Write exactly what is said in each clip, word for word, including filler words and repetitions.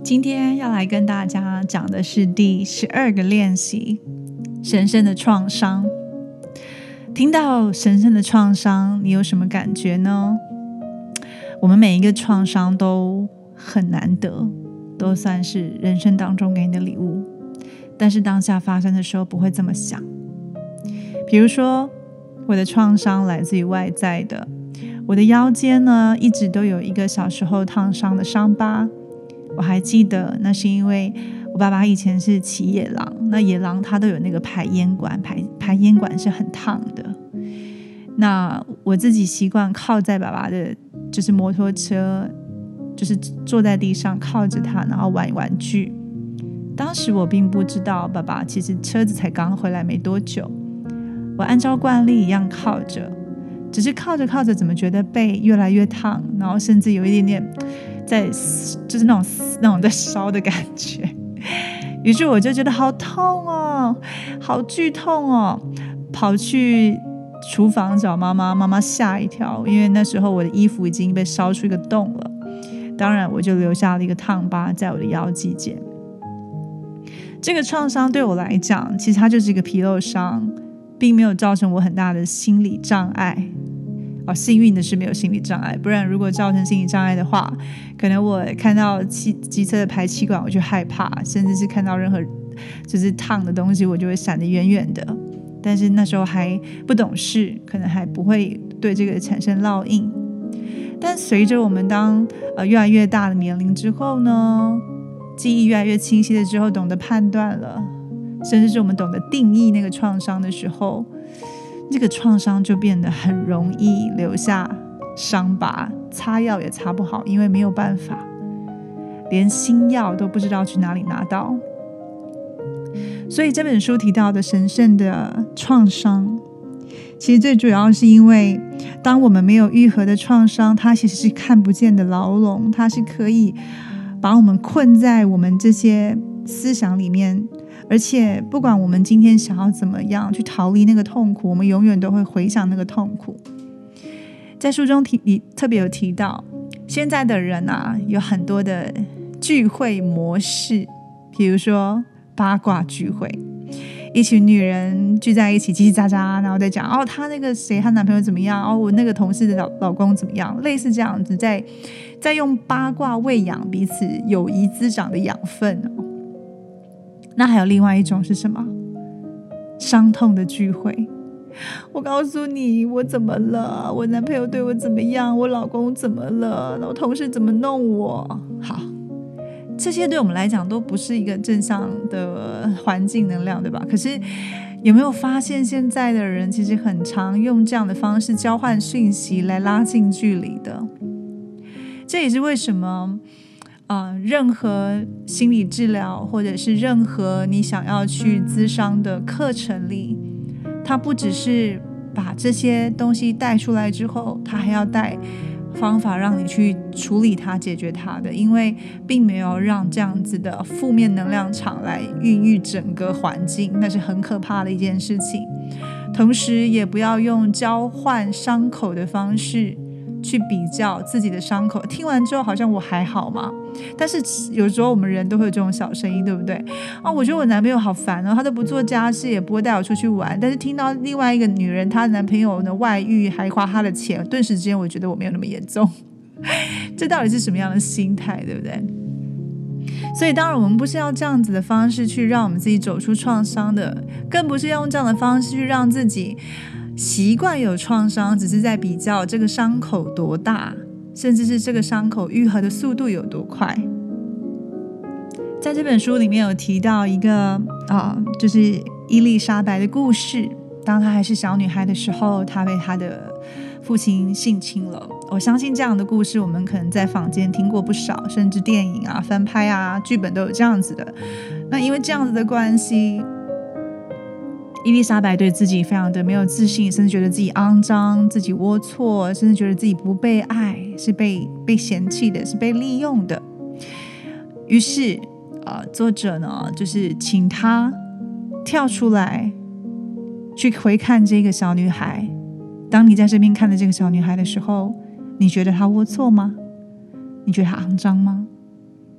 今天要来跟大家讲的是第十二个练习，神圣的创伤。听到神圣的创伤，你有什么感觉呢？我们每一个创伤都很难得，都算是人生当中给你的礼物，但是当下发生的时候不会这么想。比如说，我的创伤来自于外在的，我的腰间呢一直都有一个小时候烫伤的伤疤。我还记得，那是因为我爸爸以前是骑野狼，那野狼它都有那个排烟管，排排烟管是很烫的。那我自己习惯靠在爸爸的就是摩托车，就是坐在地上靠着他，然后玩玩具。当时我并不知道爸爸其实车子才刚回来没多久，我按照惯例一样靠着，只是靠着靠着怎么觉得背越来越烫，然后甚至有一点点在就是那种那种在烧的感觉。于是我就觉得好痛哦，好剧痛哦，跑去厨房找妈妈，妈妈吓一跳，因为那时候我的衣服已经被烧出一个洞了，当然我就留下了一个烫疤在我的腰际间。这个创伤对我来讲，其实它就是一个皮肉伤，并没有造成我很大的心理障碍。哦，幸运的是没有心理障碍，不然如果造成心理障碍的话，可能我看到机车的排气管我就害怕，甚至是看到任何就是烫的东西我就会闪得远远的。但是那时候还不懂事，可能还不会对这个产生烙印。但随着我们当、呃、越来越大的年龄之后呢，记忆越来越清晰了之后，懂得判断了，甚至是我们懂得定义那个创伤的时候，这个创伤就变得很容易留下伤疤，擦药也擦不好，因为没有办法，连新药都不知道去哪里拿到。所以这本书提到的神圣的创伤，其实最主要是因为当我们没有愈合的创伤，它其实是看不见的牢笼，它是可以把我们困在我们这些思想里面，而且不管我们今天想要怎么样去逃离那个痛苦，我们永远都会回想那个痛苦。在书中提特别有提到，现在的人啊有很多的聚会模式，比如说八卦聚会，一群女人聚在一起叽叽喳喳，然后再讲哦，她那个谁她男朋友怎么样，哦，我那个同事的 老, 老公怎么样，类似这样子，在在用八卦喂养彼此友谊滋长的养分哦。那还有另外一种是什么？伤痛的聚会。我告诉你，我怎么了？我男朋友对我怎么样？我老公怎么了？我同事怎么弄我？好，这些对我们来讲都不是一个正向的环境能量，对吧？可是有没有发现，现在的人其实很常用这样的方式交换讯息来拉近距离的？这也是为什么呃，任何心理治疗或者是任何你想要去咨商的课程里，它不只是把这些东西带出来之后，它还要带方法让你去处理它、解决它的，因为并没有让这样子的负面能量场来孕育整个环境，那是很可怕的一件事情。同时也不要用交换伤口的方式去比较自己的伤口，听完之后好像我还好嘛，但是有时候我们人都会有这种小声音，对不对？哦，我觉得我男朋友好烦哦，他都不做家事，也不会带我出去玩，但是听到另外一个女人她男朋友的外遇还花她的钱，顿时之间我觉得我没有那么严重。这到底是什么样的心态，对不对？所以当然我们不是要这样子的方式去让我们自己走出创伤的，更不是要用这样的方式去让自己习惯有创伤，只是在比较这个伤口多大，甚至是这个伤口愈合的速度有多快。在这本书里面有提到一个、呃、就是伊丽莎白的故事。当她还是小女孩的时候，她被她的父亲性侵了。我相信这样的故事我们可能在坊间听过不少，甚至电影啊、翻拍啊、剧本都有这样子的。那因为这样子的关系，伊丽莎白对自己非常的没有自信，甚至觉得自己肮脏、自己龌龊，甚至觉得自己不被爱，是被被嫌弃的，是被利用的。于是、呃、作者呢就是请她跳出来去回看这个小女孩。当你在身边看着这个小女孩的时候，你觉得她龌龊吗？你觉得她肮脏吗？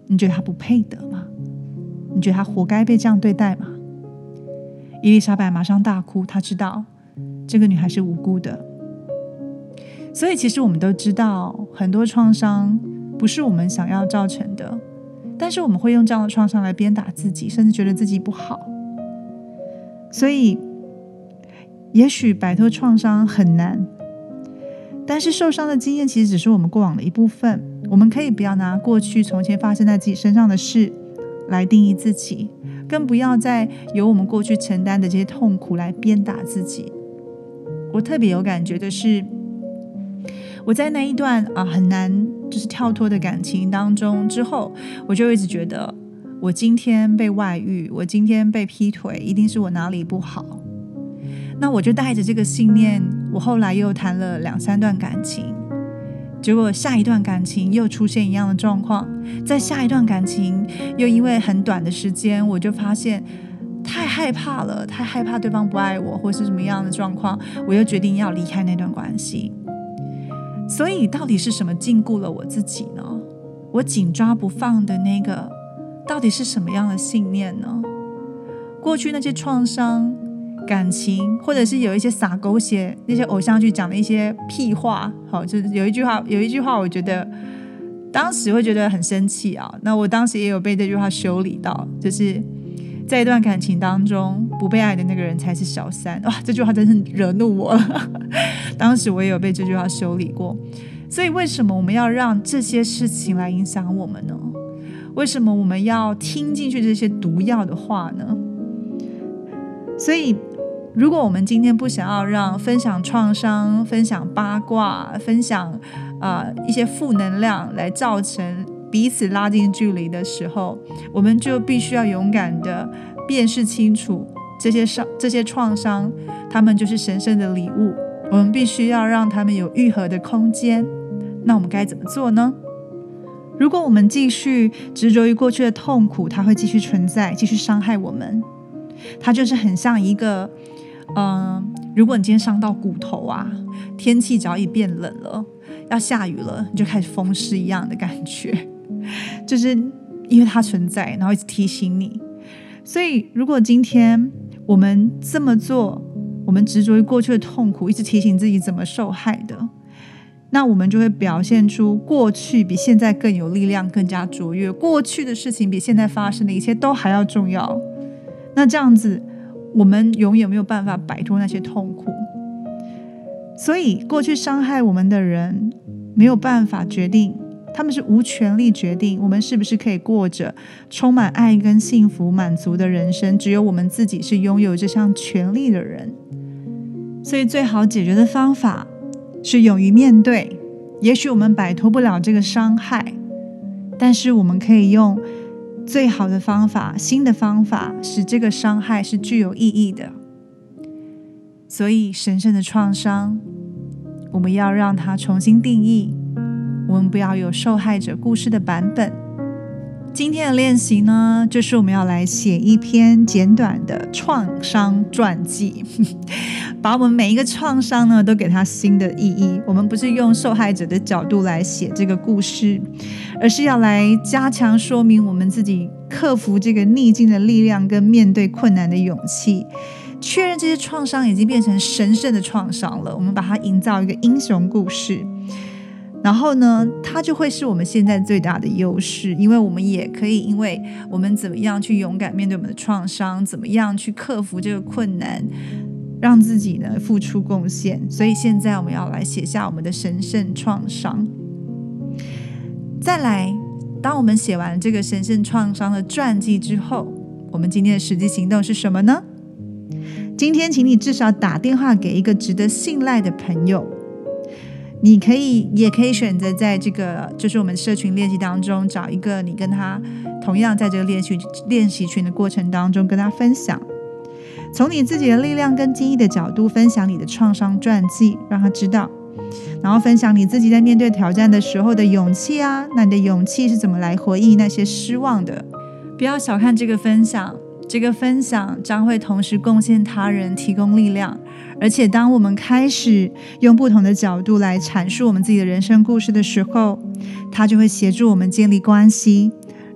你觉得他不配得吗？你觉得他活该被这样对待吗？伊丽莎白马上大哭，她知道这个女孩是无辜的。所以其实我们都知道，很多创伤不是我们想要造成的，但是我们会用这样的创伤来鞭打自己，甚至觉得自己不好。所以也许摆脱创伤很难，但是受伤的经验其实只是我们过往的一部分。我们可以不要拿过去从前发生在自己身上的事来定义自己，更不要再由我们过去承担的这些痛苦来鞭打自己。我特别有感觉的是，我在那一段啊很难就是跳脱的感情当中之后，我就一直觉得我今天被外遇，我今天被劈腿，一定是我哪里不好。那我就带着这个信念，我后来又谈了两三段感情，结果下一段感情又出现一样的状况，在下一段感情又因为很短的时间，我就发现太害怕了，太害怕对方不爱我或是什么样的状况，我又决定要离开那段关系。所以到底是什么禁锢了我自己呢？我紧抓不放的那个到底是什么样的信念呢？过去那些创伤感情，或者是有一些撒狗血那些偶像剧讲的一些屁话，好，就是有一句话有一句话我觉得当时会觉得很生气啊。那我当时也有被这句话修理到，就是在一段感情当中，不被爱的那个人才是小三。哇，这句话真是惹怒我了当时我也有被这句话修理过。所以为什么我们要让这些事情来影响我们呢？为什么我们要听进去这些毒药的话呢？所以如果我们今天不想要让分享创伤、分享八卦、分享、呃、一些负能量来造成彼此拉近距离的时候，我们就必须要勇敢的辨识清楚这些伤、这些创伤，他们就是神圣的礼物，我们必须要让他们有愈合的空间。那我们该怎么做呢？如果我们继续执着于过去的痛苦，它会继续存在，继续伤害我们。它就是很像一个嗯，如果你今天伤到骨头啊，天气只要一变冷了，要下雨了，你就开始风湿一样的感觉，就是因为它存在，然后一直提醒你。所以如果今天我们这么做，我们执着于过去的痛苦，一直提醒自己怎么受害的，那我们就会表现出过去比现在更有力量，更加卓越，过去的事情比现在发生的一切都还要重要。那这样子我们永远没有办法摆脱那些痛苦。所以过去伤害我们的人没有办法决定，他们是无权利决定我们是不是可以过着充满爱跟幸福满足的人生，只有我们自己是拥有这项权利的人。所以最好解决的方法是勇于面对。也许我们摆脱不了这个伤害，但是我们可以用最好的方法，新的方法，使这个伤害是具有意义的。所以神圣的创伤，我们要让它重新定义，我们不要有受害者故事的版本。今天的练习呢，就是我们要来写一篇简短的创伤传记把我们每一个创伤呢都给它新的意义。我们不是用受害者的角度来写这个故事，而是要来加强说明我们自己克服这个逆境的力量跟面对困难的勇气，确认这些创伤已经变成神圣的创伤了，我们把它营造一个英雄故事，然后呢它就会是我们现在最大的优势。因为我们也可以因为我们怎么样去勇敢面对我们的创伤，怎么样去克服这个困难，让自己呢付出贡献。所以现在我们要来写下我们的神圣创伤。再来，当我们写完这个神圣创伤的传记之后，我们今天的实际行动是什么呢？今天请你至少打电话给一个值得信赖的朋友。你可以也可以选择在这个就是我们社群练习当中找一个你跟他同样在这个练习练习群的过程当中跟他分享，从你自己的力量跟经历的角度分享你的创伤传记，让他知道，然后分享你自己在面对挑战的时候的勇气啊，那你的勇气是怎么来回应那些失望的。不要小看这个分享，这个分享将会同时贡献他人，提供力量。而且当我们开始用不同的角度来阐述我们自己的人生故事的时候，它就会协助我们建立关系，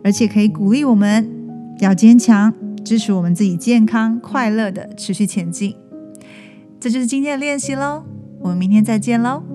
而且可以鼓励我们要坚强，支持我们自己健康快乐的持续前进。这就是今天的练习咯，我们明天再见咯。